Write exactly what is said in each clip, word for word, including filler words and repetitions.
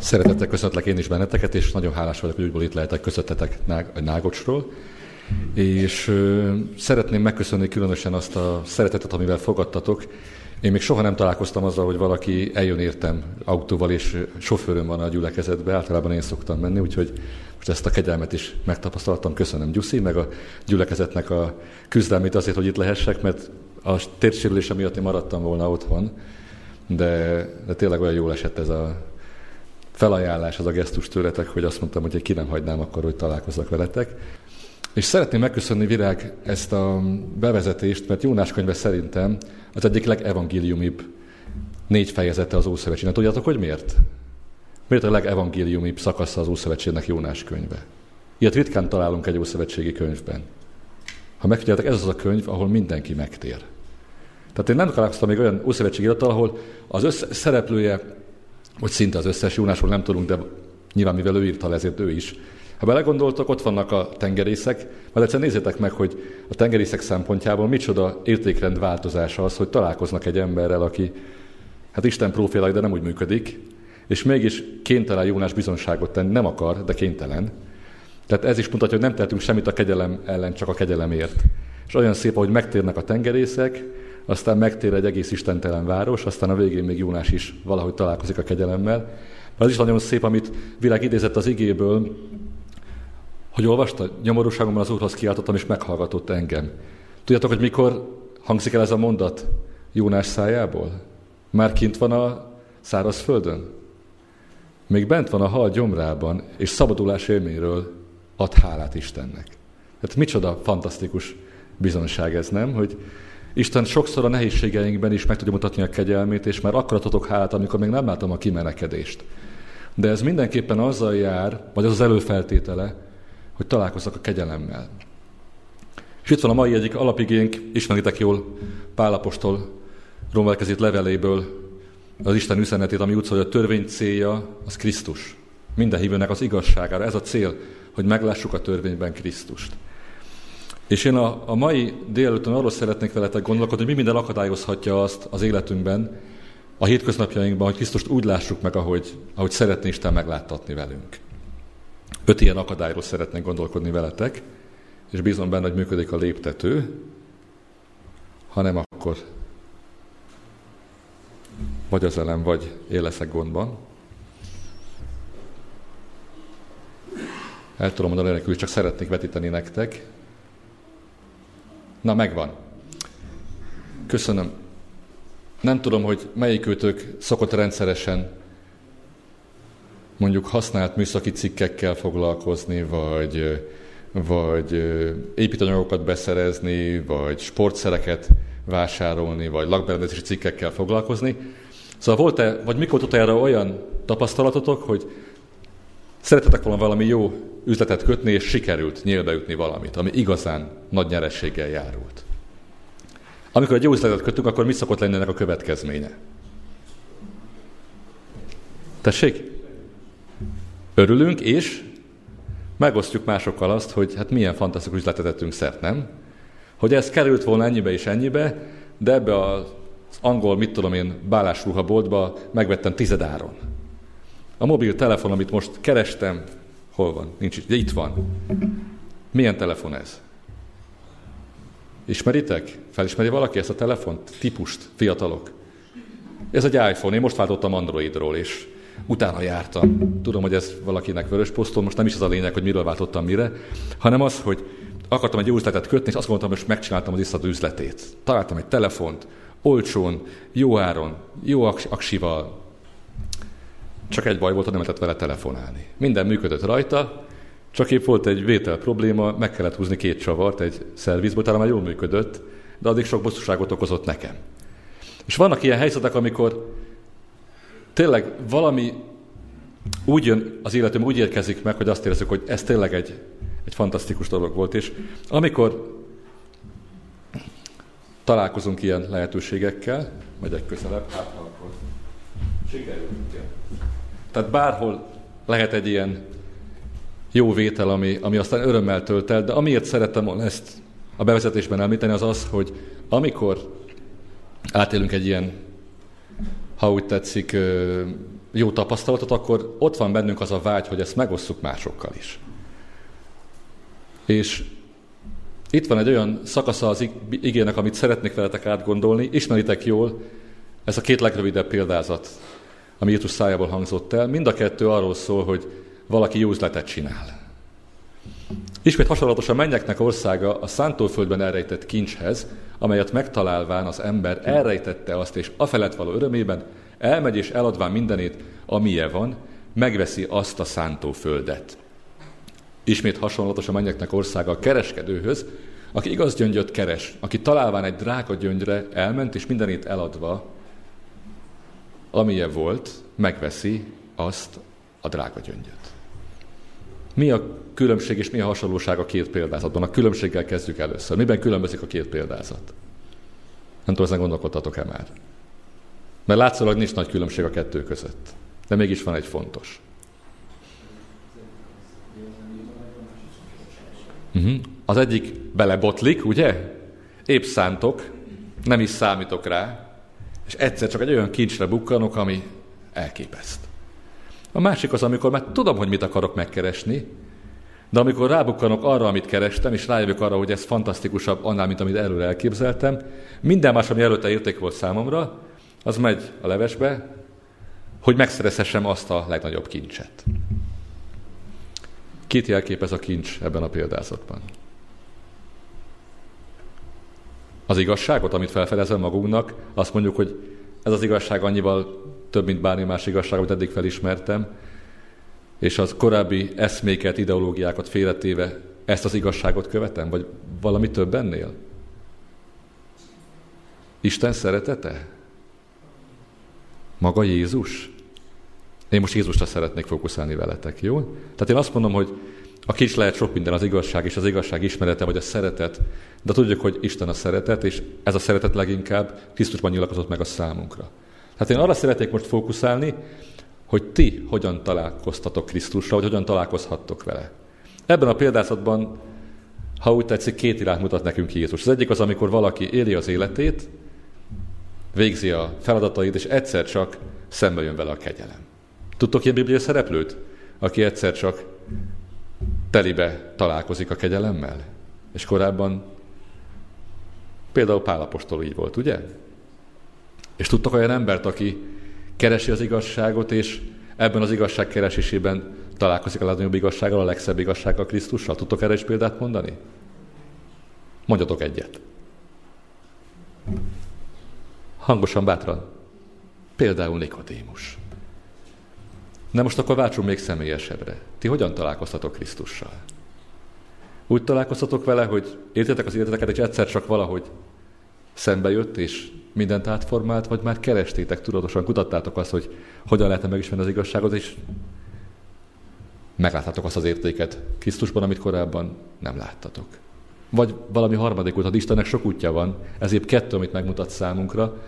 Szeretettel köszöntlek én is benneteket, és nagyon hálás vagyok, hogy úgyból itt lehetek köszöntetek Nág- Nágocsról. És ö, szeretném megköszönni különösen azt a szeretetet, amivel fogadtatok. Én még soha nem találkoztam azzal, hogy valaki eljön értem autóval, és sofőröm van a gyülekezetbe, általában én szoktam menni, úgyhogy most ezt a kegyelmet is megtapasztaltam. Köszönöm, Gyuszi, meg a gyülekezetnek a küzdelmét azért, hogy itt lehessek, mert a térsérülése miatt én maradtam volna otthon, de, de tényleg olyan jól esett ez a felajánlás, az a gesztus tőletek, hogy azt mondtam, hogy ki nem hagynám akkor, hogy találkozzak veletek. És szeretném megköszönni, Virág, ezt a bevezetést, mert Jónás könyve szerintem az egyik legevangéliumibb négy fejezete az Ószövetségnek. Tudjátok, hogy miért? Miért a legevangéliumibb szakasza az Ószövetségnek Jónás könyve? Ilyet ritkán találunk egy ószövetségi könyvben. Ha megfigyeltek, ez az a könyv, ahol mindenki megtér. Tehát én nem találkoztam még olyan ószövetségi irattal, ahol az összes szereplője, vagy szinte az összes, Jónásról nem tudunk, de nyilván mivel ő írta le, ezért ő is. Ha belegondoltok, ott vannak a tengerészek, mert egyszerűen nézzétek meg, hogy a tengerészek szempontjából micsoda értékrend változása az, hogy találkoznak egy emberrel, aki hát Isten próféla, de nem úgy működik, és mégis kénytelen Jónás bizonságot tenni, nem akar, de kénytelen. Tehát ez is mutatja, hogy nem tehetünk semmit a kegyelem ellen, csak a kegyelemért. És olyan szép, hogy megtérnek a tengerészek, aztán megtér egy egész istentelen város, aztán a végén még Jónás is valahogy találkozik a kegyelemmel. Az is nagyon szép, amit Világ idézett az igéből, hogy olvasta, nyomorúságomban az Úrhoz kiáltottam, és meghallgatott engem. Tudjátok, hogy mikor hangzik el ez a mondat Jónás szájából? Már kint van a száraz földön? Még bent van a hal gyomrában, és szabadulás élményről ad hálát Istennek. Tehát micsoda fantasztikus bizonság ez, nem? Hogy Isten sokszor a nehézségeinkben is meg tudja mutatni a kegyelmét, és már akkor adhatok hálát, amikor még nem látom a kimenekedést. De ez mindenképpen azzal jár, vagy az az előfeltétele, hogy találkozzak a kegyelemmel. És itt van a mai egyik alapigénk, ismeritek jól Pál apostol rómaiakezírt leveléből az Isten üzenetét, ami úgy szól, hogy a törvény célja az Krisztus. Minden hívőnek az igazságára. Ez a cél, hogy meglássuk a törvényben Krisztust. És én a, a mai délelőttön arról szeretnék veletek gondolkodni, hogy mi minden akadályozhatja azt az életünkben, a hétköznapjainkban, hogy Krisztust úgy lássuk meg, ahogy, ahogy szeretné Isten megláttatni velünk. Öt ilyen akadályról szeretnék gondolkodni veletek, és bízom benne, hogy működik a léptető, ha nem, akkor vagy az elem, vagy én leszek gondban. El tudom mondani önökül, csak szeretnék vetíteni nektek. Na, megvan. Köszönöm. Nem tudom, hogy melyikőtök szokott rendszeresen mondjuk használt műszaki cikkekkel foglalkozni, vagy, vagy építőanyagokat beszerezni, vagy sportszereket vásárolni, vagy lakberendezési cikkekkel foglalkozni. Szóval volt-e, vagy mikor utoljára olyan tapasztalatotok, hogy szeretetek volna valami jó üzletet kötni, és sikerült nyílbe ütni valamit, ami igazán nagy nyerességgel járult. Amikor egy jó üzletet kötünk, akkor mi szokott lenni ennek a következménye? Tessék? Örülünk, és megosztjuk másokkal azt, hogy hát milyen fantasztikus üzletet tettünk szert, nem? Hogy ez került volna ennyibe és ennyibe, de ebbe az angol, mit tudom én, bálásruhaboltba megvettem tizedáron. A mobiltelefon, amit most kerestem, hol van? Nincs itt. De itt van. Milyen telefon ez? Ismeritek? Felismeri valaki ezt a telefont? Típust, fiatalok? Ez egy iPhone. Én most váltottam Androidról, és utána jártam. Tudom, hogy ez valakinek vörös posztol, most nem is az a lényeg, hogy miről váltottam mire, hanem az, hogy akartam egy jó üzletet kötni, és azt gondoltam, hogy megcsináltam az iszadó üzletét. Találtam egy telefont, olcsón, jó áron, jó aksival. Csak egy baj volt, hogy nem lehetett vele telefonálni. Minden működött rajta, csak épp volt egy vétel probléma, meg kellett húzni két csavart egy szervizből, talán már jól működött, de addig sok bosszúságot okozott nekem. És vannak ilyen helyzetek, amikor tényleg valami úgy jön az életem, úgy érkezik meg, hogy azt érezzük, hogy ez tényleg egy, egy fantasztikus dolog volt. És amikor találkozunk ilyen lehetőségekkel, megyek közelebb, hát akkor sikerül. Tehát bárhol lehet egy ilyen jó vétel, ami, ami aztán örömmel tölt el, de amiért szerettem volna ezt a bevezetésben említeni, az az, hogy amikor átélünk egy ilyen, ha úgy tetszik, jó tapasztalatot, akkor ott van bennünk az a vágy, hogy ezt megosszuk másokkal is. És itt van egy olyan szakasza az igének, amit szeretnék veletek átgondolni. Ismeritek jól, ez a két legrövidebb példázat, ami Jézus szájából hangzott el. Mind a kettő arról szól, hogy valaki jó üzletet csinál. Ismét hasonlatos a mennyeknek országa a szántóföldben elrejtett kincshez, amelyet megtalálván az ember elrejtette azt, és afelett való örömében elmegy és eladván mindenét, amilyen van, megveszi azt a szántóföldet. Ismét hasonlatos a mennyeknek országa a kereskedőhöz, aki igaz gyöngyöt keres, aki találván egy drága gyöngyre elment, és mindenét eladva, amilyen volt, megveszi azt a drága gyöngyöt. Mi a különbség és mi a hasonlóság a két példázatban? A különbséggel kezdjük először. Miben különbözik a két példázat? Nem tudom, ezen gondolkodtatok-e már? Mert látszólag nincs nagy különbség a kettő között. De mégis van egy fontos. Uh-huh. Az egyik belebotlik, ugye? Épp szántok, nem is számítok rá, és egyszer csak egy olyan kincsre bukkanok, ami elképeszt. A másik az, amikor már tudom, hogy mit akarok megkeresni, de amikor rábukkanok arra, amit kerestem, és rájövök arra, hogy ez fantasztikusabb annál, mint amit előre elképzeltem, minden más, ami előtte érték volt számomra, az megy a levesbe, hogy megszerezhessem azt a legnagyobb kincset. Kit jelképez a kincs ebben a példázatban? Az igazságot, amit felfedezem magunknak, azt mondjuk, hogy ez az igazság annyival több, mint bármi más igazság, amit eddig felismertem, és az korábbi eszméket, ideológiákat félretéve ezt az igazságot követem, vagy valami több ennél? Isten szeretete? Maga Jézus? Én most Jézusra szeretnék fókuszálni veletek, jó? Tehát én azt mondom, hogy a kincs lehet sok minden, az igazság és az igazság ismerete, vagy a szeretet, de tudjuk, hogy Isten a szeretet, és ez a szeretet leginkább Krisztusban nyilatkozott meg a számunkra. Hát én arra szeretnék most fókuszálni, hogy ti hogyan találkoztatok Krisztusra, vagy hogyan találkozhattok vele. Ebben a példázatban, ha úgy tetszik, két irányt mutat nekünk Jézus. Az egyik az, amikor valaki éli az életét, végzi a feladatait, és egyszer csak szembe jön vele a kegyelem. Tudtok ilyen bibliai szereplőt, aki egyszer csak telibe találkozik a kegyelemmel? És korábban például Pál apostol így volt, ugye? És tudtok olyan embert, aki keresi az igazságot, és ebben az igazság keresésében találkozik a legnagyobb igazsággal, a legszebb igazsággal, Krisztussal? Tudtok erre is példát mondani? Mondjatok egyet. Hangosan, bátran. Például Nikodémus. Na most akkor váltsunk még személyesebbre. Ti hogyan találkoztatok Krisztussal? Úgy találkoztatok vele, hogy értétek az életeteket, és egyszer csak valahogy szembe jött, és mindent átformált, vagy már kerestétek, tudatosan kutattátok azt, hogy hogyan lehetne megismerni az igazságot, és megláttátok azt az értéket Krisztusban, amit korábban nem láttatok. Vagy valami harmadik út, Istennek sok útja van, ezért kettő, amit megmutat számunkra.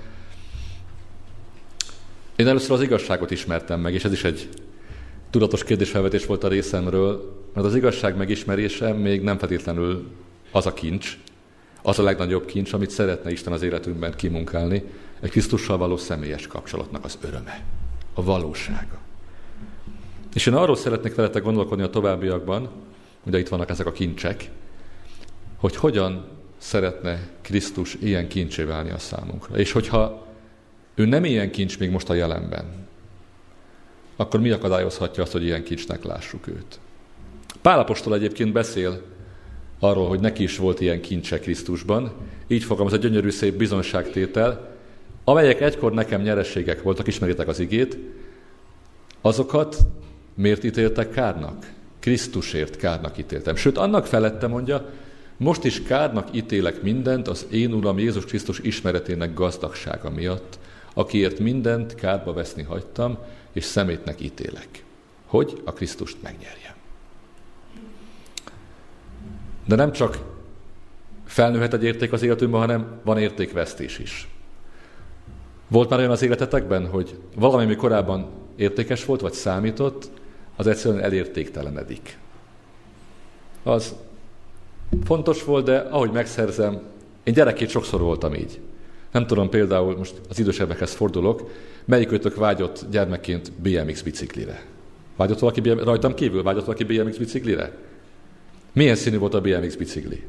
Én először az igazságot ismertem meg, és ez is egy tudatos kérdésfelvetés volt a részemről, mert az igazság megismerése még nem feltétlenül az a kincs, az a legnagyobb kincs, amit szeretne Isten az életünkben kimunkálni, egy Krisztussal való személyes kapcsolatnak az öröme, a valósága. És én arról szeretnék veletek gondolkodni a továbbiakban, ugye itt vannak ezek a kincsek, hogy hogyan szeretne Krisztus ilyen kincsé válni a számunkra. És hogyha ő nem ilyen kincs még most a jelenben, akkor mi akadályozhatja azt, hogy ilyen kincsnek lássuk őt? Pál apostol egyébként beszél arról, hogy neki is volt ilyen kincse Krisztusban. Így fogalmaz egy gyönyörű szép bizonságtétel, amelyek egykor nekem nyerességek voltak, ismeritek az igét, azokat miért ítéltek kárnak? Krisztusért kárnak ítéltem. Sőt, annak felette mondja, most is kárnak ítélek mindent az én Uram Jézus Krisztus ismeretének gazdagsága miatt, akiért mindent kárba veszni hagytam, és szemétnek ítélek, hogy a Krisztust megnyerjem. De nem csak felnőhet egy érték az életünkben, hanem van értékvesztés is. Volt már olyan az életetekben, hogy valami, ami korábban értékes volt, vagy számított, az egyszerűen elértéktelenedik. Az fontos volt, de ahogy megszerzem, én gyerekként sokszor voltam így. Nem tudom, például most az idősebbekhez fordulok, melyikőtök vágyott gyermekként bé em iksz biciklire? Vágyott valaki, rajtam kívül vágyott valaki bé em iksz biciklire? Milyen színű volt a bé em iksz bicikli?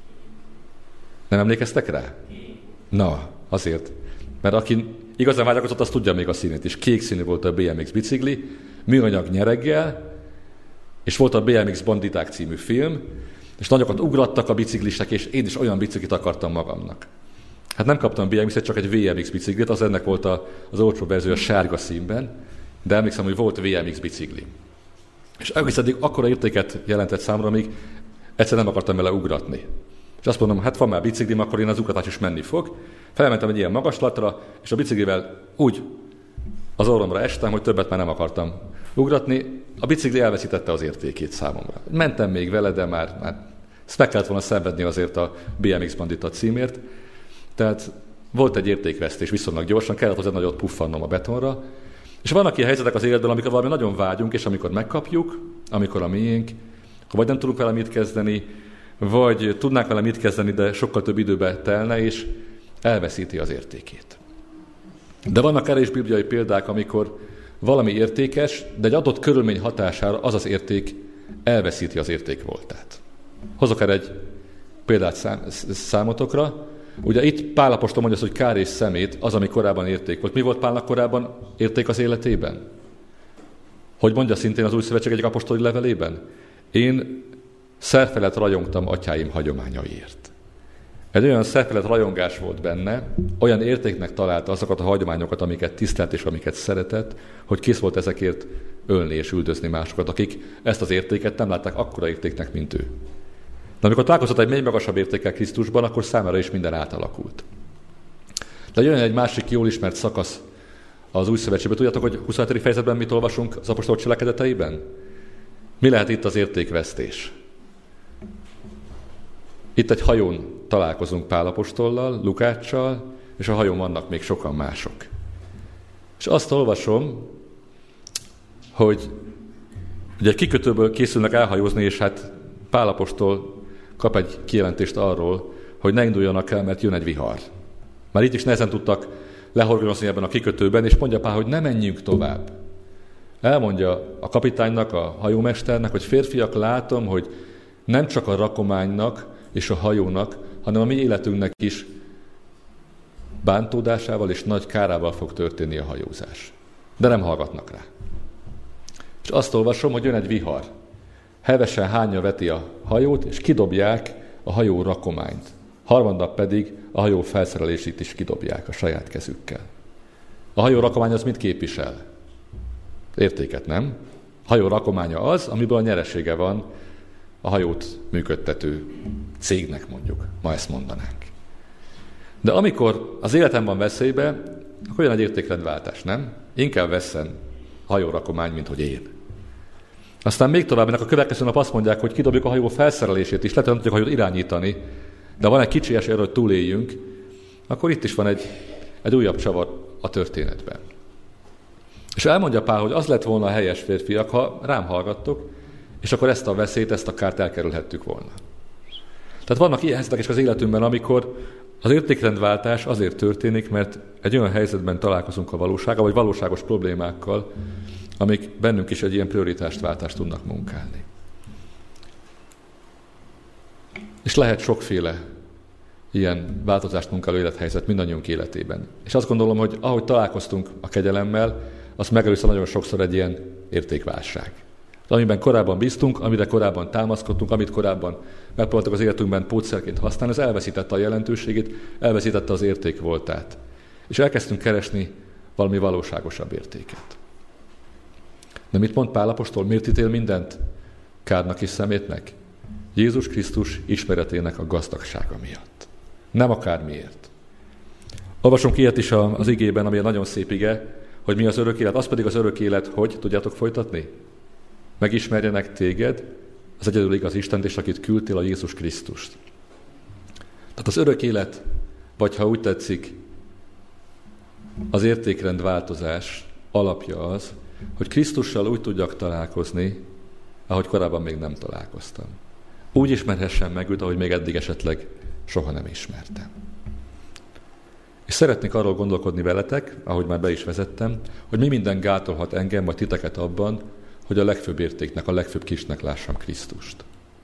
Nem emlékeztek rá? Na, azért. Mert aki igazán vágyakozott, az tudja még a színét is. Kék színű volt a bé em iksz bicikli, műanyag nyereggel, és volt a bé em iksz Banditák című film, és nagyokat ugrattak a biciklisek, és én is olyan biciklit akartam magamnak. Hát nem kaptam bé em iksz-et, csak egy vé em iksz biciklit, az ennek volt a, az olcsó verzió a sárga színben, de emlékszem, hogy volt vé em iksz bicikli. És egész eddig akkora értéket jelentett számomra, amíg egyszer nem akartam vele ugratni. És azt mondom, hát van már biciklim, akkor én az ugratás is menni fog. Felmentem egy ilyen magaslatra, és a biciklivel úgy az orromra estem, hogy többet már nem akartam ugratni. A bicikli elveszítette az értékét számomra. Mentem még vele, de már, már ezt meg kellett volna szenvedni azért a bé em iksz Bandita címért. Tehát volt egy értékvesztés viszonylag gyorsan, kellett hozzá nagyot puffannom a betonra. És vannak ilyen helyzetek az életben, amikor valami nagyon vágyunk, és amikor megkapjuk, amikor a miénk, akkor vagy nem tudunk vele mit kezdeni, vagy tudnánk vele mit kezdeni, de sokkal több időbe telne, és elveszíti az értékét. De vannak erre is bibliai példák, amikor valami értékes, de egy adott körülmény hatására az az érték elveszíti az érték voltát. Hozok erre egy példát szám, számotokra. Ugye itt Pál apostol mondja, hogy kár és szemét az, ami korábban érték volt. Mi volt Pálnak korábban érték az életében? Hogy mondja szintén az Új Szövetség egyik apostoli levelében? Én szerfelett rajongtam atyáim hagyományaiért. Egy olyan szerfelett rajongás volt benne, olyan értéknek találta azokat a hagyományokat, amiket tisztelt és amiket szeretett, hogy kész volt ezekért ölni és üldözni másokat, akik ezt az értéket nem látták akkora értéknek, mint ő. De amikor találkozott egy még magasabb értékkel Krisztusban, akkor számára is minden átalakult. De jön egy másik jól ismert szakasz az Új Szövetségben. Tudjátok, hogy huszonhetedik fejezetben mit olvasunk az apostolok cselekedeteiben? Mi lehet itt az értékvesztés? Itt egy hajón találkozunk Pál apostollal, Lukáccsal, és a hajón vannak még sokan mások. És azt olvasom, hogy ugye egy kikötőből készülnek elhajózni, és hát Pál apostol kap egy kijelentést arról, hogy ne induljanak el, mert jön egy vihar. Már itt is nehezen tudtak lehorgonyozni ebben a kikötőben, és mondja Pál, hogy ne menjünk tovább. Elmondja a kapitánynak, a hajómesternek, hogy férfiak, látom, hogy nem csak a rakománynak és a hajónak, hanem a mi életünknek is bántódásával és nagy kárával fog történni a hajózás. De nem hallgatnak rá. És azt olvasom, hogy jön egy vihar. Hevesen hányja veti a hajót, és kidobják a hajó rakományt. Harmadnap pedig a hajó felszerelését is kidobják a saját kezükkel. A hajó rakomány az mit képvisel? Értéket, nem? A hajó rakománya az, amiből a nyeresége van a hajót működtető cégnek, mondjuk. Ma ezt mondanánk. De amikor az életem van veszélybe, akkor olyan egy értékrendváltás, nem? Inkább vesszen a hajó rakomány, mint hogy én. Aztán még tovább, ennek a következő nap azt mondják, hogy kidobjuk a hajó felszerelését is, lehet, hogy nem tudjuk a hajót irányítani, de van egy kicsi esély arra, hogy túléljünk, akkor itt is van egy, egy újabb csavar a történetben. És elmondja Pál, hogy az lett volna a helyes, férfiak, ha rám hallgattok, és akkor ezt a veszélyt, ezt a kárt elkerülhettük volna. Tehát vannak ilyen helyzetek is az életünkben, amikor az értékrendváltás azért történik, mert egy olyan helyzetben találkozunk a valósággal, vagy valóságos problémákkal, amik bennünk is egy ilyen prioritást, váltást tudnak munkálni. És lehet sokféle ilyen változást munkáló élethelyzet mindannyiunk életében. És azt gondolom, hogy ahogy találkoztunk a kegyelemmel, azt megelőzte nagyon sokszor egy ilyen értékválság. Amiben korábban bíztunk, amire korábban támaszkodtunk, amit korábban megpróbáltuk az életünkben pótszerként használni, az elveszítette a jelentőségét, elveszítette az értékvoltát. És elkezdtünk keresni valami valóságosabb értéket. De mit mond Pál apostol? Miért ítél mindent kárnak és szemétnek? Jézus Krisztus ismeretének a gazdagsága miatt. Nem akármiért. Olvasunk ilyet is az igében, ami egy nagyon szép ige, hogy mi az örök élet. Az pedig az örök élet, hogy tudjátok folytatni? Megismerjenek téged, az egyedül igaz Istent, és akit küldtél, a Jézus Krisztust. Tehát az örök élet, vagy ha úgy tetszik, az értékrend változás alapja az, hogy Krisztussal úgy tudjak találkozni, ahogy korábban még nem találkoztam. Úgy ismerhessem meg őt, ahogy még eddig esetleg soha nem ismertem. És szeretnék arról gondolkodni veletek, ahogy már be is vezettem, hogy mi minden gátolhat engem vagy titeket abban, hogy a legfőbb értéknek, a legfőbb kisnek lássam Krisztust.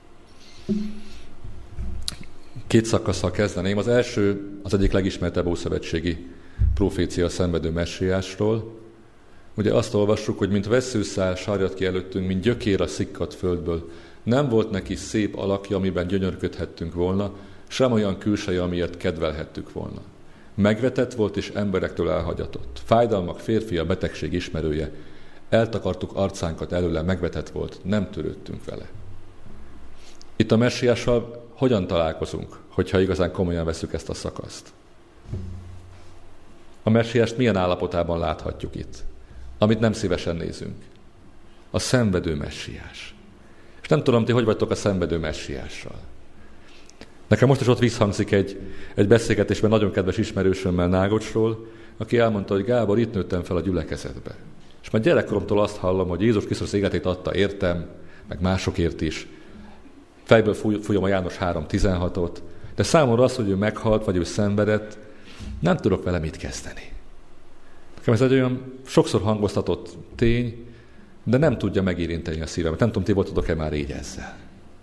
Két szakasszal kezdeném. Az első, az egyik legismertebb ószövetségi profécia a szenvedő messiásról. Ugye azt olvassuk, hogy mint vesszőszál sarjad ki előttünk, mint gyökér a szikkadt földből. Nem volt neki szép alakja, amiben gyönyörködhettünk volna, sem olyan külseje, amiért kedvelhettük volna. Megvetett volt és emberektől elhagyatott. Fájdalmak férfi, a betegség ismerője. Eltakartuk arcánkat előle, megvetett volt, nem törődtünk vele. Itt a messiással hogyan találkozunk, hogyha igazán komolyan veszük ezt a szakaszt? A messiást milyen állapotában láthatjuk itt, amit nem szívesen nézünk? A szenvedő messiás. És nem tudom, ti hogy vagytok a szenvedő messiással. Nekem most is ott visszhangzik egy, egy beszélgetésben nagyon kedves ismerősömmel Nágocsról, aki elmondta, hogy Gábor, itt nőttem fel a gyülekezetbe. És már gyerekkoromtól azt hallom, hogy Jézus Krisztus életét adta értem, meg másokért is. Fejből fújom a János három tizenhatot, de számomra az, hogy ő meghalt, vagy ő szenvedett, nem tudok vele mit kezdeni. Nekem ez egy olyan sokszor hangoztatott tény, de nem tudja megérinteni a szívemet. Nem tudom, ti voltatok-e már így ezzel.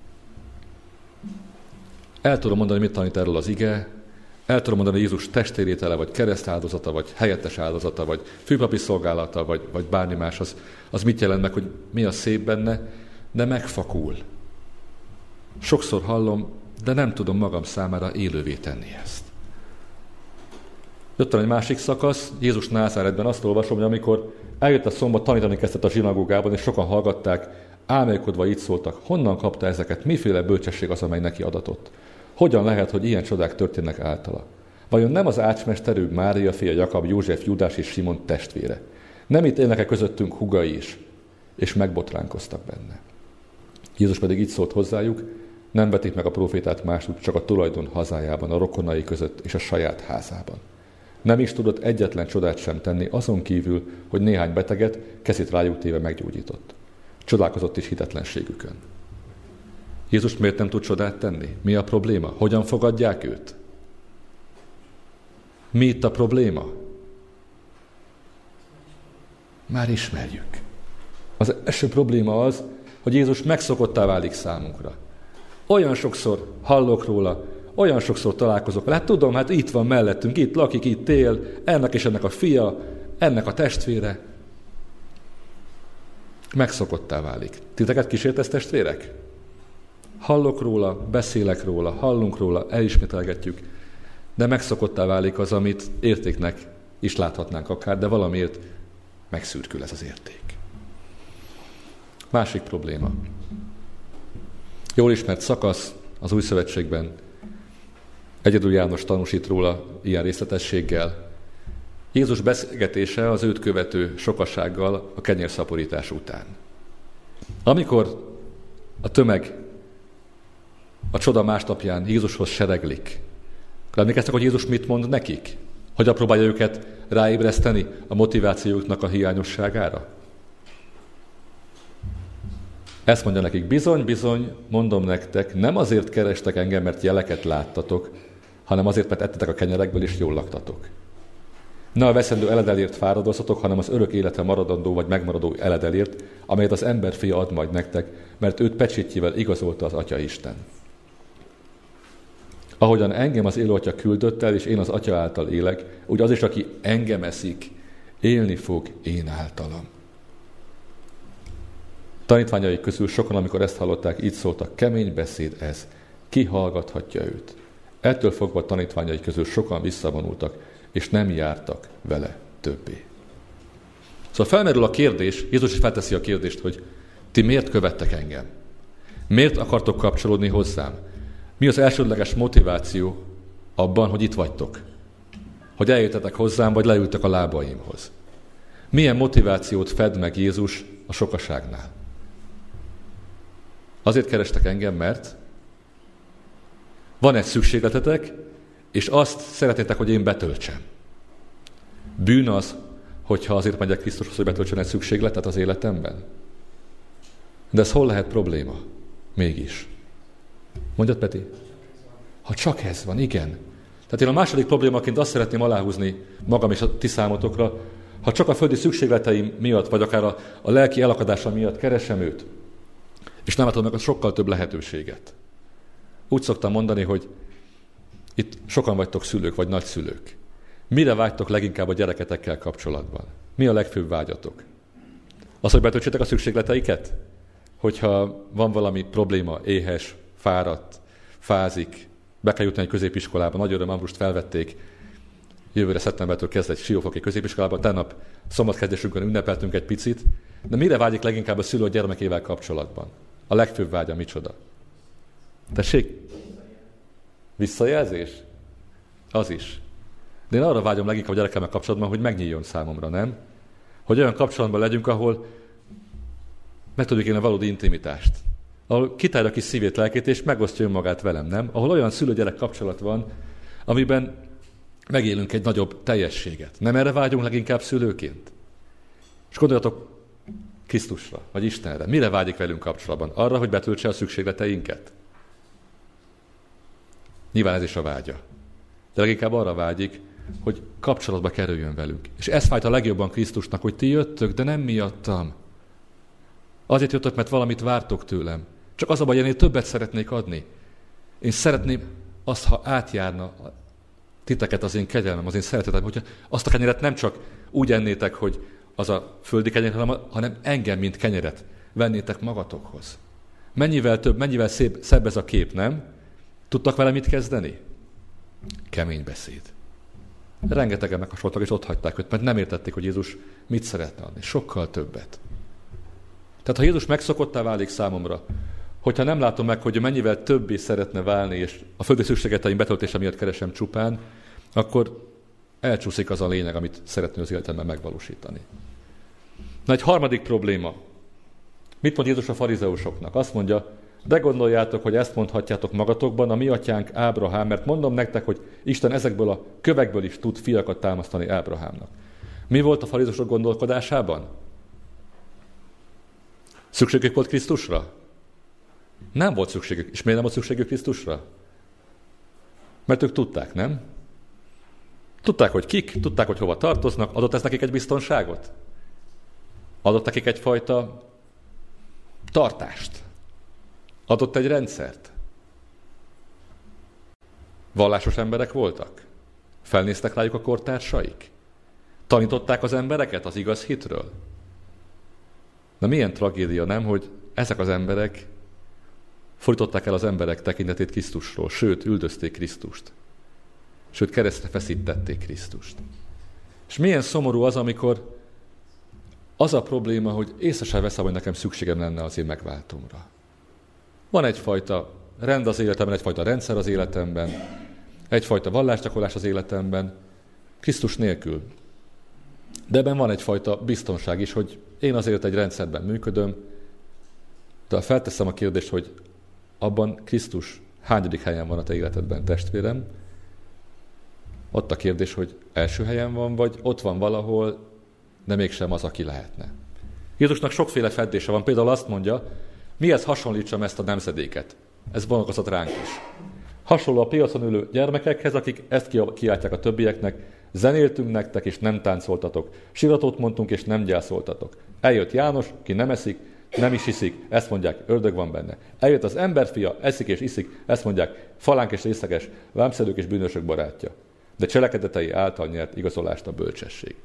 El tudom mondani, mit tanít erről az ige, el tudom mondani, hogy Jézus testvérétele, vagy keresztáldozata, vagy helyettes áldozata, vagy főpapi szolgálata, vagy, vagy bármi más, az, az mit jelent meg, hogy mi a szép benne, de megfakul. Sokszor hallom, de nem tudom magam számára élővé tenni ezt. Jöttem egy másik szakasz, Jézus Názáretben azt olvasom, hogy amikor eljött a szombat, tanítani kezdett a zsinagógában, és sokan hallgatták, álmélkodva így szóltak, honnan kapta ezeket, miféle bölcsesség az, amely neki adatott? Hogyan lehet, hogy ilyen csodák történnek általa? Vajon nem az ácsmesterű Mária fia, Jakab, József, Judás és Simon testvére? Nem itt élnek-e közöttünk húgai is? És megbotránkoztak benne. Jézus pedig így szólt hozzájuk, nem vetik meg a prófétát másút, csak a tulajdon hazájában, a rokonai között és a saját házában. Nem is tudott egyetlen csodát sem tenni, azon kívül, hogy néhány beteget kezét rájuk téve meggyógyított. Csodálkozott is hitetlenségükön. Jézus miért nem tud csodát tenni? Mi a probléma? Hogyan fogadják őt? Mi itt a probléma? Már ismerjük. Az első probléma az, hogy Jézus megszokottá válik számunkra. Olyan sokszor hallok róla, olyan sokszor találkozok vele. Hát tudom, hát itt van mellettünk, itt lakik, itt él, ennek és ennek a fia, ennek a testvére. Megszokottá válik. Titeket kísért ez, testvérek? Hallok róla, beszélek róla, hallunk róla, elismételgetjük, de megszokottá válik az, amit értéknek is láthatnánk akár, de valamiért megszürkül ez az érték. Másik probléma. Jól ismert szakasz az Új Szövetségben. Egyedül János tanúsít róla ilyen részletességgel. Jézus beszélgetése az őt követő sokasággal a kenyérszaporítás után. Amikor a tömeg a csoda másnapján Jézushoz sereglik, emlékeztek, hogy Jézus mit mond nekik? Hogyan próbálja őket ráébreszteni a motivációknak a hiányosságára? Ezt mondja nekik, bizony, bizony, mondom nektek, nem azért kerestek engem, mert jeleket láttatok, hanem azért, mert ettetek a kenyerekből, és jól laktatok. Ne a veszendő eledelért fáradozzatok, hanem az örök életre maradandó vagy megmaradó eledelért, amelyet az emberfia ad majd nektek, mert őt pecsétjével igazolta az Atya Isten. Ahogyan engem az élő Atya küldött el, és én az Atya által élek, úgy az is, aki engem eszik, élni fog én általam. Tanítványai közül sokan, amikor ezt hallották, így szóltak, kemény beszéd ez, ki hallgathatja őt? Ettől fogva tanítványai közül sokan visszavonultak, és nem jártak vele többé. Szóval felmerül a kérdés, Jézus is felteszi a kérdést, hogy ti miért követtek engem? Miért akartok kapcsolódni hozzám? Mi az elsődleges motiváció abban, hogy itt vagytok? Hogy eljöttetek hozzám, vagy leültek a lábaimhoz? Milyen motivációt fed meg Jézus a sokaságnál? Azért kerestek engem, mert van egy szükségletetek, és azt szeretnétek, hogy én betöltsem. Bűn az, hogyha azért megyek Krisztushoz, hogy betöltsön egy szükségletet az életemben. De ez hol lehet probléma? Mégis. Mondjad, Peti? Ha csak ez van, igen. Tehát én a második problémaként azt szeretném aláhúzni magam és a ti számotokra, ha csak a földi szükségleteim miatt, vagy akár a, a lelki elakadása miatt keresem őt, és nem látom meg a sokkal több lehetőséget. Úgy szoktam mondani, hogy itt sokan vagytok szülők, vagy nagyszülők. Mire vágytok leginkább a gyereketekkel kapcsolatban? Mi a legfőbb vágyatok? Az, hogy betöltsétek a szükségleteiket? Hogyha van valami probléma, éhes, fáradt, fázik, be kell jutni egy középiskolába, nagy öröm, Ambrust felvették, jövőre szeptembertől kezd egy siófoki középiskolában, tegnap szombatkezdésünkön ünnepeltünk egy picit, de mire vágyik leginkább a szülő a gyermekével kapcsolatban? A legfőbb vágya micsoda? Tessék? Visszajelzés? Az is. De én arra vágyom leginkább a gyerekemmel kapcsolatban, hogy megnyíljon számomra, nem? Hogy olyan kapcsolatban legyünk, ahol meg tudjuk élni a valódi intimitást. Ahol kitárja ki szívét, lelkét, és megosztja önmagát velem, nem? Ahol olyan szülő-gyerek kapcsolat van, amiben megélünk egy nagyobb teljességet. Nem erre vágyunk leginkább szülőként? És gondoljatok Krisztusra, vagy Istenre. Mire vágyik velünk kapcsolatban? Arra, hogy betöltse a szükségleteinket? Nyilván ez is a vágya. De leginkább arra vágyik, hogy kapcsolatba kerüljön velünk. És ez fájt a legjobban Krisztusnak, hogy ti jöttök, de nem miattam. Azért jöttök, mert valamit vártok tőlem. Csak az a baj, én többet szeretnék adni. Én szeretném azt, ha átjárna titeket az én kegyelmem, az én szeretetem, hogyha azt a kenyeret nem csak úgy ennétek, hogy az a földi kenyeret, hanem engem, mint kenyeret vennétek magatokhoz. Mennyivel több, mennyivel szép, szebb ez a kép, nem? Tudtak vele mit kezdeni? Kemény beszéd. Rengetegen meghasonltak, és ott hagyták őt, mert nem értették, hogy Jézus mit szeretne adni. Sokkal többet. Tehát ha Jézus megszokottá válik számomra, hogyha nem látom meg, hogy mennyivel többé szeretne válni, és a földi szükségleteim betöltése miatt keresem csupán, akkor elcsúszik az a lényeg, amit szeretném az életemben megvalósítani. Na, egy harmadik probléma. Mit mond Jézus a farizeusoknak? Azt mondja, de gondoljátok, hogy ezt mondhatjátok magatokban, a mi atyánk Ábrahám, mert mondom nektek, hogy Isten ezekből a kövekből is tud fiakat támasztani Ábrahámnak. Mi volt a farizeusok gondolkodásában? Szükségük volt Krisztusra? Nem volt szükségük. És miért nem volt szükségük Krisztusra? Mert ők tudták, nem? Tudták, hogy kik, tudták, hogy hova tartoznak, adott ez nekik egy biztonságot? Adott nekik egyfajta tartást? Adott egy rendszert? Vallásos emberek voltak? Felnéztek rájuk a kortársaik? Tanították az embereket az igaz hitről? Na milyen tragédia, nem, hogy ezek az emberek fordították el az emberek tekintetét Krisztusról, sőt, üldözték Krisztust. Sőt, keresztre feszítették Krisztust. És milyen szomorú az, amikor az a probléma, hogy észre sem veszem, hogy nekem szükségem lenne az én megváltomra. Van egyfajta rend az életemben, egyfajta rendszer az életemben, egyfajta vallásgyakorlás az életemben, Krisztus nélkül. De ebben van egyfajta biztonság is, hogy én azért egy rendszerben működöm, de felteszem a kérdést, hogy abban Krisztus hányadik helyen van a te életedben, testvérem? Ott a kérdés, hogy első helyen van, vagy ott van valahol, de mégsem az, aki lehetne. Jézusnak sokféle feddése van, például azt mondja, mihez hasonlítsam ezt a nemzedéket? Ez vonatkozott ránk is. Hasonló a piacon ülő gyermekekhez, akik ezt kiáltják a többieknek, zenéltünk nektek, és nem táncoltatok. Siratot mondtunk, és nem gyászoltatok. Eljött János, ki nem eszik, nem is iszik, ezt mondják, ördög van benne. Eljött az emberfia, eszik és iszik, ezt mondják, falánk és részeges, vámszedők és bűnösök barátja. De cselekedetei által nyert igazolást a bölcsesség.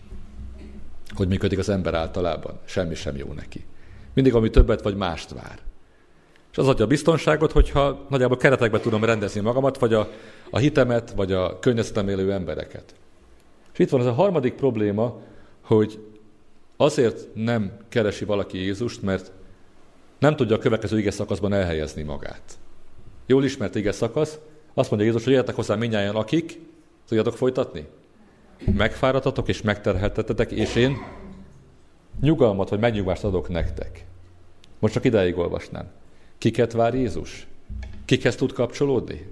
Hogy működik az ember általában? Semmi sem jó neki. Mindig, ami többet vagy mást vár. És az adja a biztonságot, hogyha nagyjából keretekbe tudom rendezni magamat, vagy a, a hitemet, vagy a környezetem élő embereket. És itt van ez a harmadik probléma, hogy azért nem keresi valaki Jézust, mert nem tudja a következő ige szakaszban elhelyezni magát. Jól ismert ige szakasz, azt mondja Jézus, hogy jöjjetek hozzá mindnyájan, akik, tudjátok folytatni? Megfáradtatok és megterheltetek, és én nyugalmat vagy megnyugvást adok nektek. Most csak idáig olvasnám. Kiket vár Jézus? Kikhez tud kapcsolódni?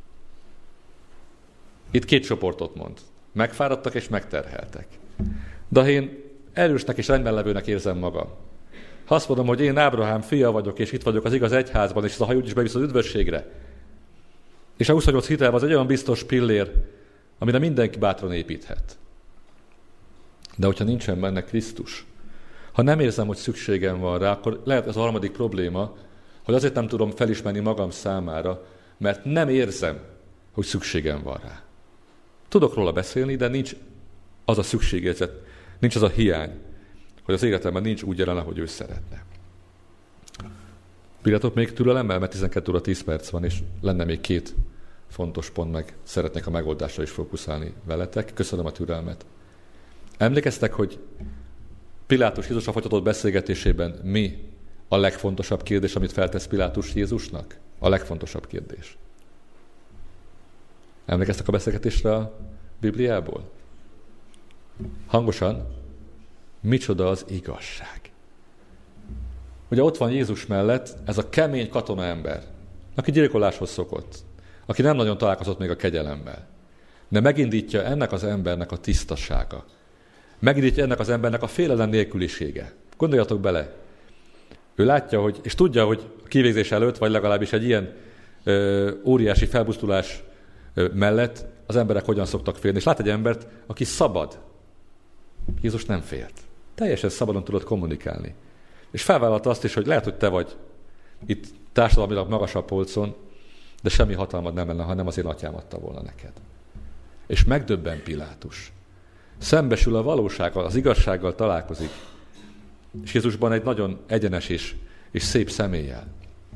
Itt két csoportot mond. Megfáradtak és megterheltek. De ha én erősnek és rendben levőnek érzem magam, ha azt mondom, hogy én Ábrahám fia vagyok, és itt vagyok az igaz egyházban, és ez a hajó is bevisz az üdvösségre, És a huszonnyolc hitelv az egy olyan biztos pillér, amire mindenki bátran építhet. De hogyha nincsen benne Krisztus, ha nem érzem, hogy szükségem van rá, akkor lehet ez a harmadik probléma, hogy azért nem tudom felismerni magam számára, mert nem érzem, hogy szükségem van rá. Tudok róla beszélni, de nincs az a szükségérzet, nincs az a hiány, hogy az életemben nincs úgy jelen, ahogy ő szeretne. Bírjátok még türelemmel, mert tizenkét óra tíz perc van, és lenne még két fontos pont, meg szeretnék a megoldásra is fókuszálni veletek. Köszönöm a türelmet. Emlékeztek, hogy Pilátus Jézusra folytatott beszélgetésében mi a legfontosabb kérdés, amit feltesz Pilátus Jézusnak? A legfontosabb kérdés. Emlékeztek a beszélgetésre a Bibliából? Hangosan, micsoda az igazság? Ugye ott van Jézus mellett ez a kemény katonaember, aki gyilkoláshoz szokott, aki nem nagyon találkozott még a kegyelemmel. De megindítja ennek az embernek a tisztasága. Megindítja ennek az embernek a félelem nélkülisége. Gondoljatok bele. Ő látja, hogy, és tudja, hogy a kivégzés előtt, vagy legalábbis egy ilyen ö, óriási felbuzdulás ö, mellett az emberek hogyan szoktak félni. És lát egy embert, aki szabad. Jézus nem félt. Teljesen szabadon tudott kommunikálni. És felvállalta azt is, hogy lehet, hogy te vagy itt társadalmilag magasabb polcon, de semmi hatalmad nem lenne, ha nem az én atyám adta volna neked. És megdöbben Pilátus. Szembesül a valósággal, az igazsággal találkozik. És Jézusban egy nagyon egyenes és, és szép személlyel.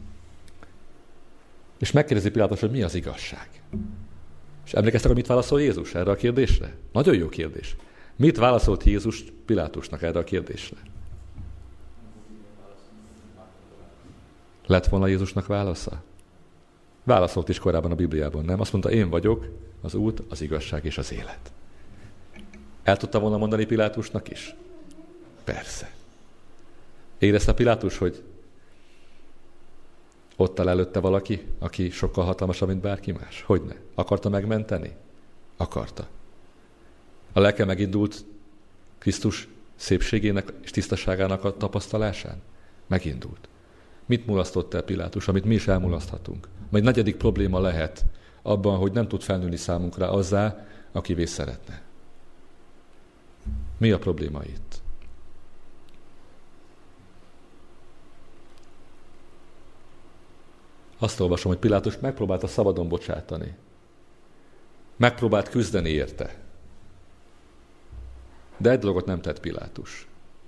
És megkérdezi Pilátus, hogy mi az igazság. És emlékeztek, hogy mit válaszol Jézus erre a kérdésre? Nagyon jó kérdés. Mit válaszolt Jézus Pilátusnak erre a kérdésre? Lett volna Jézusnak válasza? Válaszolt is korábban a Bibliában, nem? Azt mondta, én vagyok az út, az igazság és az élet. El tudta volna mondani Pilátusnak is? Persze. Érezte Pilátus, hogy ott áll előtte valaki, aki sokkal hatalmasabb, mint bárki más? Hogyne? Akarta megmenteni? Akarta. A lelke megindult Krisztus szépségének és tisztaságának a tapasztalásán? Megindult. Mit mulasztott el Pilátus, amit mi is elmulaszthatunk? Majd negyedik probléma lehet abban, hogy nem tud felnőni számunkra azzá, akivé szeretne. Mi a probléma itt? Azt olvasom, hogy Pilátus megpróbálta szabadon bocsátani. Megpróbált küzdeni érte. De egy dolgot nem tett Pilátus.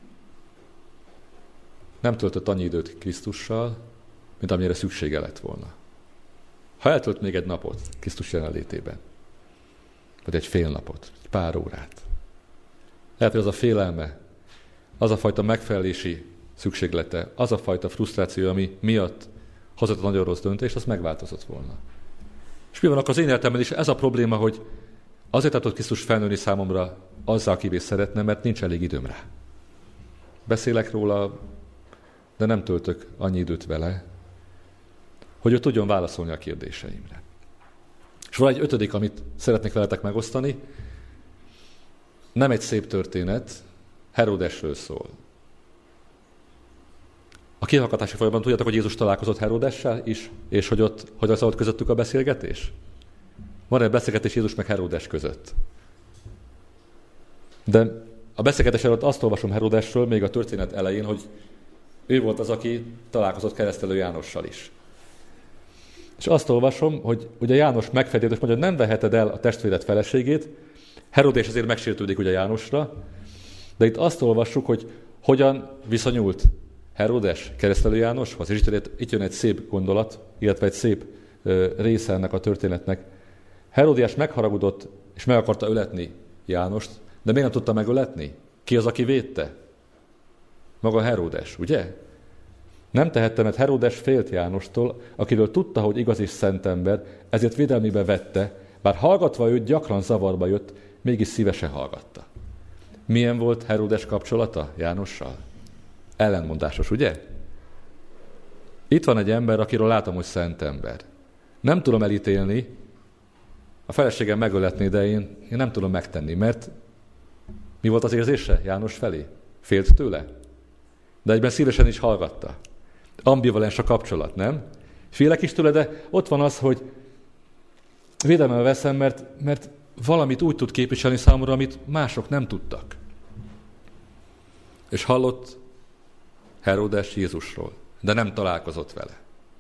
Nem töltött annyi időt Krisztussal, mint amire szüksége lett volna. Ha eltölt még egy napot Krisztus jelenlétében, vagy egy fél napot, egy pár órát, lehet, hogy az a félelme, az a fajta megfelelési szükséglete, az a fajta frusztráció, ami miatt hozott a nagyon rossz döntést, az megváltozott volna. És mi van akkor az én életemben is? Ez a probléma, hogy azért tudott Krisztus felnőni számomra azzal, akivé szeretne, mert nincs elég időm rá. Beszélek róla, de nem töltök annyi időt vele, hogy ő tudjon válaszolni a kérdéseimre. És van egy ötödik, amit szeretnék veletek megosztani. Nem egy szép történet, Heródesről szól. A kihallgatási folyamban tudjátok, hogy Jézus találkozott Heródessel is, és hogy ott hogyan szólt közöttük a beszélgetés? Van egy beszélgetés Jézus meg Heródes között. De a beszélgetés előtt azt olvasom Heródesről, még a történet elején, hogy ő volt az, aki találkozott Keresztelő Jánossal is. És azt olvasom, hogy ugye János megfedélt, és mondja, hogy nem veheted el a testvéred feleségét. Heródes azért megsértődik ugye Jánosra, de itt azt olvassuk, hogy hogyan viszonyult Heródes Keresztelő Jánoshoz. És itt jön, egy, itt jön egy szép gondolat, illetve egy szép ö, része ennek a történetnek. Heródiás megharagudott, és meg akarta öletni Jánost, de még nem tudta megöletni. Ki az, aki védte? Maga Heródes, ugye? Nem tehette, mert Heródes félt Jánostól, akiről tudta, hogy igaz és szent ember, ezért védelmébe vette, bár hallgatva őt gyakran zavarba jött, mégis szívesen hallgatta. Milyen volt Heródes kapcsolata Jánossal? Ellenmondásos, ugye? Itt van egy ember, akiről látom, hogy szent ember. Nem tudom elítélni, a feleségem megöletné, de én, én nem tudom megtenni, mert mi volt az érzése János felé? Félt tőle? De egyben szívesen is hallgatta. Ambivalens a kapcsolat, nem? Félek is tőle, de ott van az, hogy Védelmel veszem, mert, mert valamit úgy tud képviselni számomra, amit mások nem tudtak. És hallott Heródes Jézusról, de nem találkozott vele.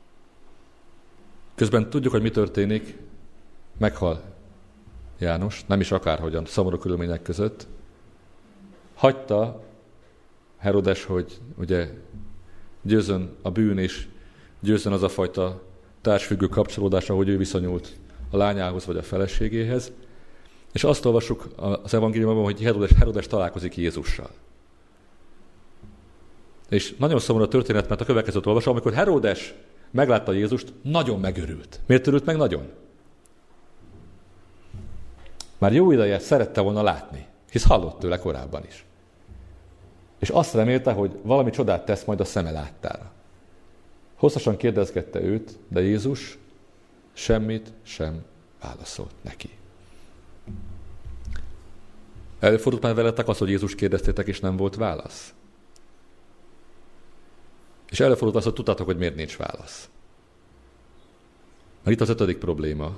Közben tudjuk, hogy mi történik. Meghal János, nem is akárhogyan, szomorú körülmények között. Hagyta Heródes, hogy ugye győzön a bűn, és győzön az a fajta társfüggő kapcsolódás, ahogy ő viszonyult a lányához vagy a feleségéhez. És azt olvassuk az evangéliumban, hogy Heródes, Heródes találkozik Jézussal. És nagyon szomorú a történet, mert a következőt olvasom, amikor Heródes meglátta Jézust, nagyon megörült. Miért örült meg nagyon? Már jó ideje szerette volna látni, hisz hallott tőle korábban is. És azt remélte, hogy valami csodát tesz majd a szeme láttára. Hosszasan kérdezgette őt, de Jézus semmit sem válaszolt neki. Előfordult már veletek az, hogy Jézus kérdeztétek, és nem volt válasz? És előfordult az, hogy tudtátok, hogy miért nincs válasz. Mert itt az ötödik probléma.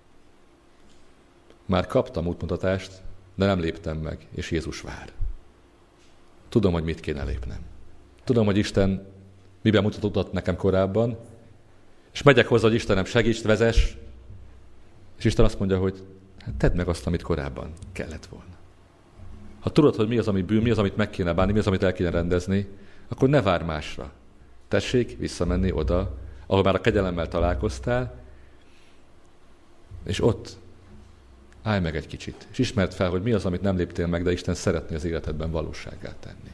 Már kaptam útmutatást, de nem léptem meg, és Jézus vár. Tudom, hogy mit kéne lépnem. Tudom, hogy Isten miben mutatott nekem korábban, és megyek hozzá, hogy Istenem, segíts, vezess, és Isten azt mondja, hogy hát tedd meg azt, amit korábban kellett volna. Ha tudod, hogy mi az, ami bűn, mi az, amit meg kéne bánni, mi az, amit el kéne rendezni, akkor ne várj másra. Tessék visszamenni oda, ahol már a kegyelemmel találkoztál, és ott állj meg egy kicsit, és ismerd fel, hogy mi az, amit nem léptél meg, de Isten szeretné az életedben valósággá tenni.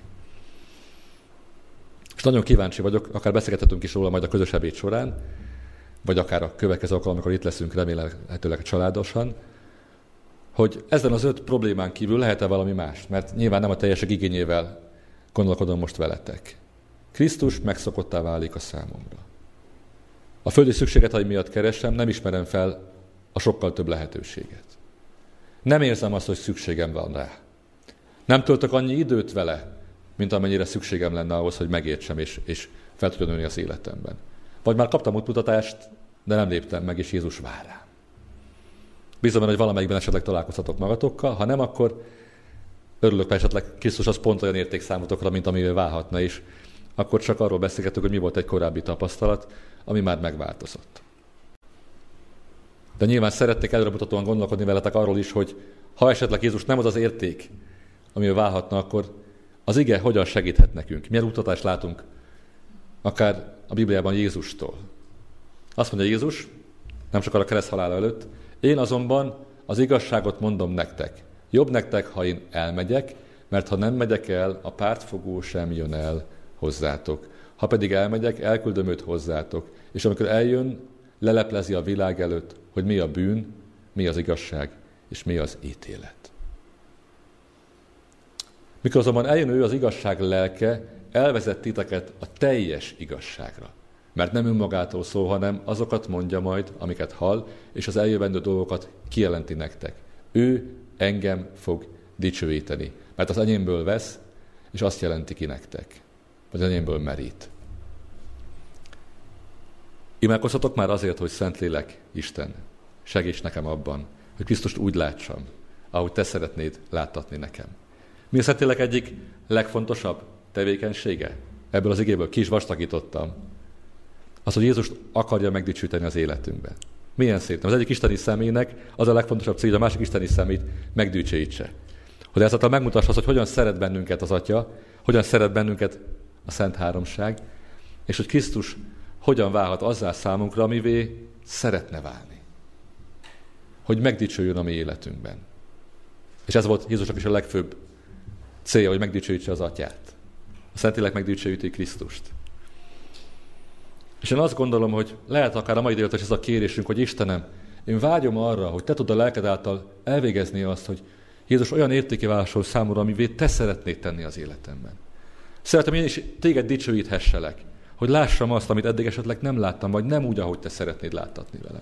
És nagyon kíváncsi vagyok, akár beszélgethetünk is róla majd a közös ebéd során, vagy akár a következő alkalom, amikor itt leszünk remélhetőleg családosan, hogy ezen az öt problémán kívül lehet-e valami más, mert nyilván nem a teljesek igényével gondolkodom most veletek. Krisztus megszokottá válik a számomra. A földi szükségleteim miatt keresem, nem ismerem fel a sokkal több lehetőséget. Nem érzem azt, hogy szükségem van rá. Nem töltök annyi időt vele, mint amennyire szükségem lenne ahhoz, hogy megértsem és, és fel tudjon nőni az életemben. Vagy már kaptam útmutatást, de nem léptem meg, és Jézus vár rám. Bízom benne, hogy valamelyikben esetleg találkozhatok magatokkal, ha nem, akkor örülök, mert esetleg Krisztus az pont olyan érték számotokra, mint amivel válhatna is. Akkor csak arról beszélgetünk, hogy mi volt egy korábbi tapasztalat, ami már megváltozott. De nyilván szeretnék előremutatóan gondolkodni veletek arról is, hogy ha esetleg Jézus nem az az érték, amivel válhatna, akkor az ige hogyan segíthet nekünk. Milyen útmutatást látunk akár a Bibliában Jézustól. Azt mondja Jézus, nem sokkal a kereszthalála előtt, én azonban az igazságot mondom nektek. Jobb nektek, ha én elmegyek, mert ha nem megyek el, a pártfogó sem jön el hozzátok. Ha pedig elmegyek, elküldöm őt hozzátok. És amikor eljön, leleplezi a világ előtt, hogy mi a bűn, mi az igazság, és mi az ítélet. Mikor azonban eljön ő, az igazság lelke, elvezet titeket a teljes igazságra. Mert nem önmagától szól, hanem azokat mondja majd, amiket hall, és az eljövendő dolgokat kijelenti nektek. Ő engem fog dicsőíteni, mert az enyémből vesz, és azt jelenti ki nektek, vagy az enyémből merít. Imádkozhatok már azért, hogy Szentlélek, Isten, segíts nekem abban, hogy Krisztust úgy látsam, ahogy te szeretnéd láttatni nekem. Mi a Szentlélek egyik legfontosabb tevékenysége? Ebből az igéből ki is vastagítottam. Az, hogy Jézust akarja megdicsőíteni az életünkben. Milyen szép. Az egyik isteni személynek az a legfontosabb cél, hogy a másik isteni szemét megdicsőítse. Hogy ezáltal megmutassa azt, hogy hogyan szeret bennünket az Atya, hogyan szeret bennünket a Szent Háromság, és hogy Krisztus hogyan válhat azzá számunkra, amivé szeretne válni. Hogy megdicsőjön a mi életünkben. És ez volt Jézusnak is a legfőbb célja, hogy megdicsőítse az Atyát. A Szentlélek megdicsőíti Krisztust. És én azt gondolom, hogy lehet akár a mai délután is ez a kérésünk, hogy Istenem, én vágyom arra, hogy te tudd a lelked által elvégezni azt, hogy Jézus olyan értéké válasol számomra, amivé te szeretnéd tenni az életemben. Szeretem én is téged dicsőíthesselek, hogy lássam azt, amit eddig esetleg nem láttam, vagy nem úgy, ahogy te szeretnéd láttatni velem.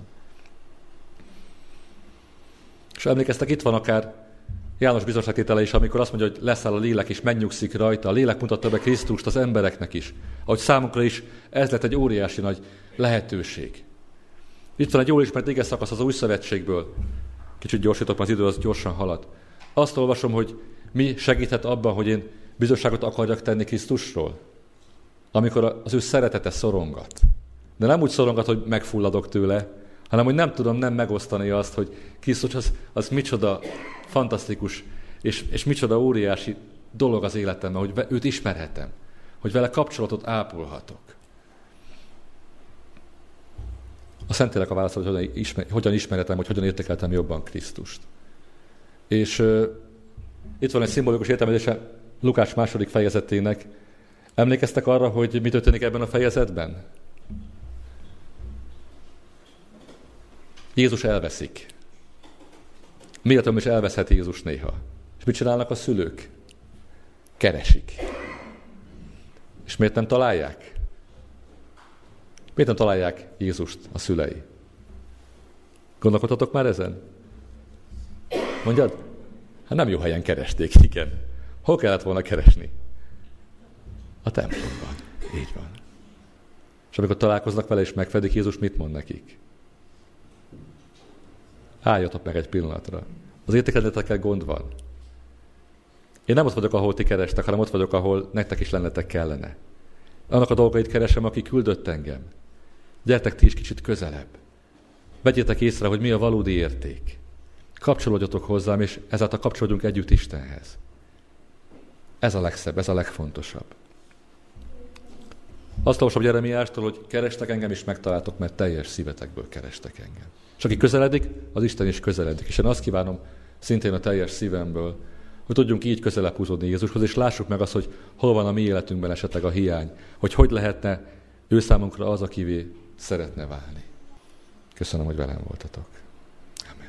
És emlékeztek, itt van akár János bizonságtétele is, amikor azt mondja, hogy leszáll a lélek, és megnyugszik rajta. A lélek mutatta be Krisztust az embereknek is. Ahogy számunkra is ez lett egy óriási nagy lehetőség. Itt van egy jól ismert ige szakasz az Új Szövetségből. Kicsit gyorsítok, mert az idő az gyorsan halad. Azt olvasom, hogy mi segíthet abban, hogy én bizonyságot akarjak tenni Krisztusról, amikor az ő szeretete szorongat. De nem úgy szorongat, hogy megfulladok tőle, hanem hogy nem tudom nem megosztani azt, hogy Krisztus az, az micsoda fantasztikus, és, és micsoda óriási dolog az életemben, hogy őt ismerhetem, hogy vele kapcsolatot ápolhatok. A Szentlélek a válasz, hogy hogyan, ismer, hogyan ismerhetem, hogy hogyan értékeltem jobban Krisztust. És uh, itt van egy szimbolikus értelmezése Lukács második fejezetének. Emlékeztek arra, hogy mi történik ebben a fejezetben? Jézus elveszik. Miért is elveszhet Jézus néha? És mit csinálnak a szülők? Keresik. És miért nem találják? Miért nem találják Jézust a szülei? Gondolkodhatok már ezen? Mondjad? Hát nem jó helyen keresték, igen. Hol kellett volna keresni? A templomban. Így van. És amikor találkoznak vele és megfedik Jézus, mit mond nekik? Álljatok meg egy pillanatra. Az értékeletekkel gond van. Én nem ott vagyok, ahol ti kerestek, hanem ott vagyok, ahol nektek is lennetek kellene. Annak a dolgait keresem, aki küldött engem. Gyertek ti is kicsit közelebb. Vegyétek észre, hogy mi a valódi érték. Kapcsolódjatok hozzám, és ezáltal kapcsolódjunk együtt Istenhez. Ez a legszebb, ez a legfontosabb. Azt olvasom Jeremiástól, hogy kerestek engem, és megtaláltok, mert teljes szívetekből kerestek engem. És aki közeledik, az Isten is közeledik. És én azt kívánom szintén a teljes szívemből, hogy tudjunk így közelebb húzódni Jézushoz, és lássuk meg azt, hogy hol van a mi életünkben esetleg a hiány, hogy hogy lehetne ő számunkra az, akivé szeretne válni. Köszönöm, hogy velem voltatok. Amen.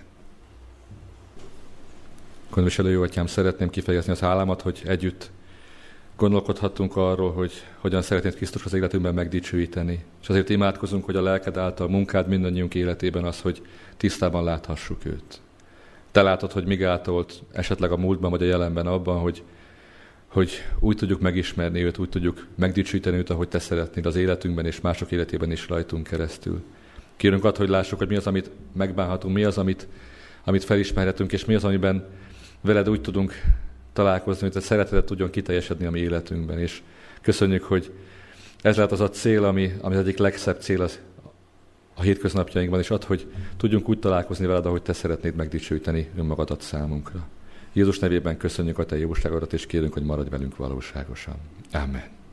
Gondviselő jó atyám, szeretném kifejezni az hálámat, hogy együtt gondolkodhattunk arról, hogy hogyan szeretnéd Krisztus az életünkben megdicsőíteni. És azért imádkozunk, hogy a lelked által munkád mindannyiunk életében az, hogy tisztában láthassuk őt. Te látod, hogy mi gátolt esetleg a múltban vagy a jelenben abban, hogy, hogy úgy tudjuk megismerni őt, úgy tudjuk megdicsőíteni őt, ahogy te szeretnéd az életünkben és mások életében is rajtunk keresztül. Kérünk ad, hogy lássuk, hogy mi az, amit megbánhatunk, mi az, amit, amit felismerhetünk, és mi az, amiben veled úgy tudunk találkozni, hogy a szeretetet tudjon kiteljesedni a mi életünkben. És köszönjük, hogy ez lehet az a cél, ami, ami az egyik legszebb cél az a hétköznapjainkban, és ad, hogy tudjunk úgy találkozni veled, ahogy te szeretnéd megdicsőíteni önmagadat számunkra. Jézus nevében köszönjük a te jóságodat, és kérünk, hogy maradj velünk valóságosan. Amen.